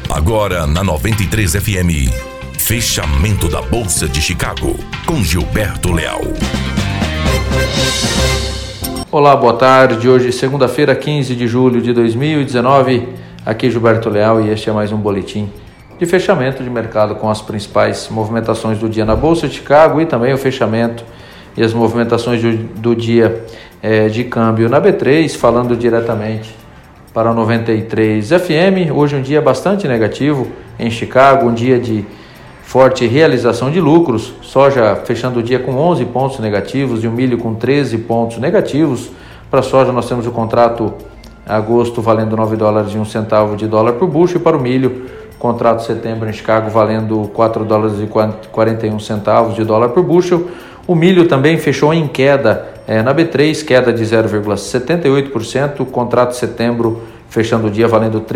Agora na 93 FM, fechamento da Bolsa de Chicago, com Gilberto Leal. Olá, boa tarde. Hoje, segunda-feira, 15 de julho de 2019. Aqui é Gilberto Leal e este é mais um boletim de fechamento de mercado com as principais movimentações do dia na Bolsa de Chicago e também o fechamento e as movimentações do dia de câmbio na B3, falando diretamente para a 93 FM. Hoje um dia bastante negativo em Chicago, um dia de forte realização de lucros, soja fechando o dia com 11 pontos negativos e o milho com 13 pontos negativos. Para a soja nós temos o contrato agosto valendo $9,01 de dólar por bushel, e para o milho, contrato setembro em Chicago valendo $4,41 de dólar por bushel. O milho também fechou em queda na B3, queda de 0,78%, contrato setembro fechando o dia valendo R$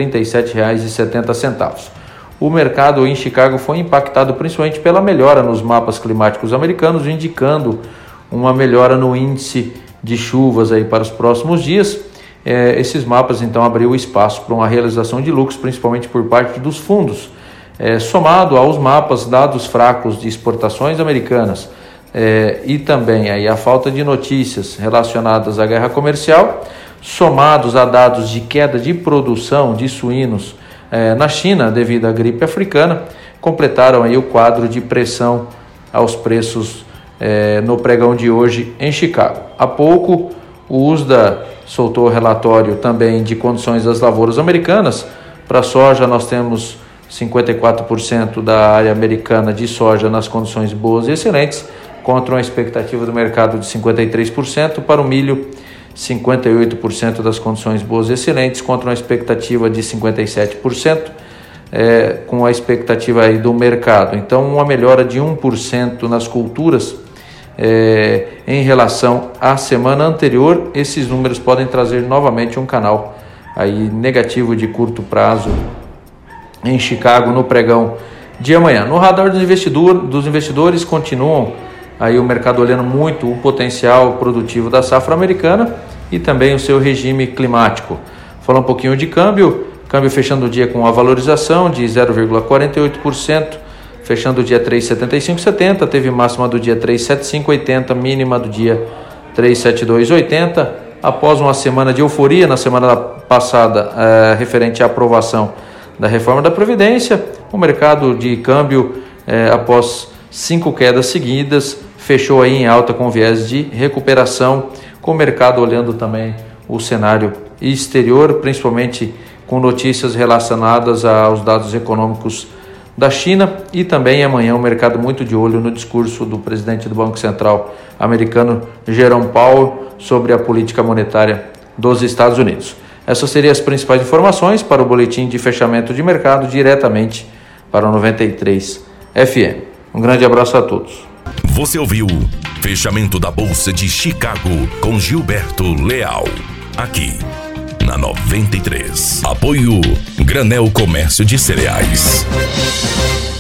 37,70. O mercado em Chicago foi impactado principalmente pela melhora nos mapas climáticos americanos, indicando uma melhora no índice de chuvas aí para os próximos dias. Esses mapas então abriu espaço para uma realização de lucros, principalmente por parte dos fundos. Somado aos mapas dados fracos de exportações americanas e também aí a falta de notícias relacionadas à guerra comercial, somados a dados de queda de produção de suínos na China devido à gripe africana, completaram aí o quadro de pressão aos preços no pregão de hoje em Chicago. Há pouco o USDA soltou o relatório também de condições das lavouras americanas. Para a soja nós temos 54% da área americana de soja nas condições boas e excelentes, contra uma expectativa do mercado de 53%, para o milho 58% das condições boas e excelentes, contra uma expectativa de 57%, com a expectativa aí do mercado. Então, uma melhora de 1% nas culturas em relação à semana anterior. Esses números podem trazer novamente um canal aí negativo de curto prazo em Chicago no pregão de amanhã. No radar dos investidores continuam aí o mercado olhando muito o potencial produtivo da safra americana e também o seu regime climático. Falar um pouquinho de câmbio fechando o dia com a valorização de 0,48%, fechando o dia 3,7570, teve máxima do dia 3,7580, mínima do dia 3,7280. Após uma semana de euforia na semana passada referente à aprovação da reforma da Previdência, o mercado de câmbio após 5 quedas seguidas fechou aí em alta com viés de recuperação, com o mercado olhando também o cenário exterior, principalmente com notícias relacionadas aos dados econômicos da China, e também amanhã o mercado muito de olho no discurso do presidente do Banco Central americano, Jerome Powell, sobre a política monetária dos Estados Unidos. Essas seriam as principais informações para o boletim de fechamento de mercado diretamente para o 93 FM. Um grande abraço a todos. Você ouviu Fechamento da Bolsa de Chicago com Gilberto Leal, aqui na 93. Apoio Granel Comércio de Cereais.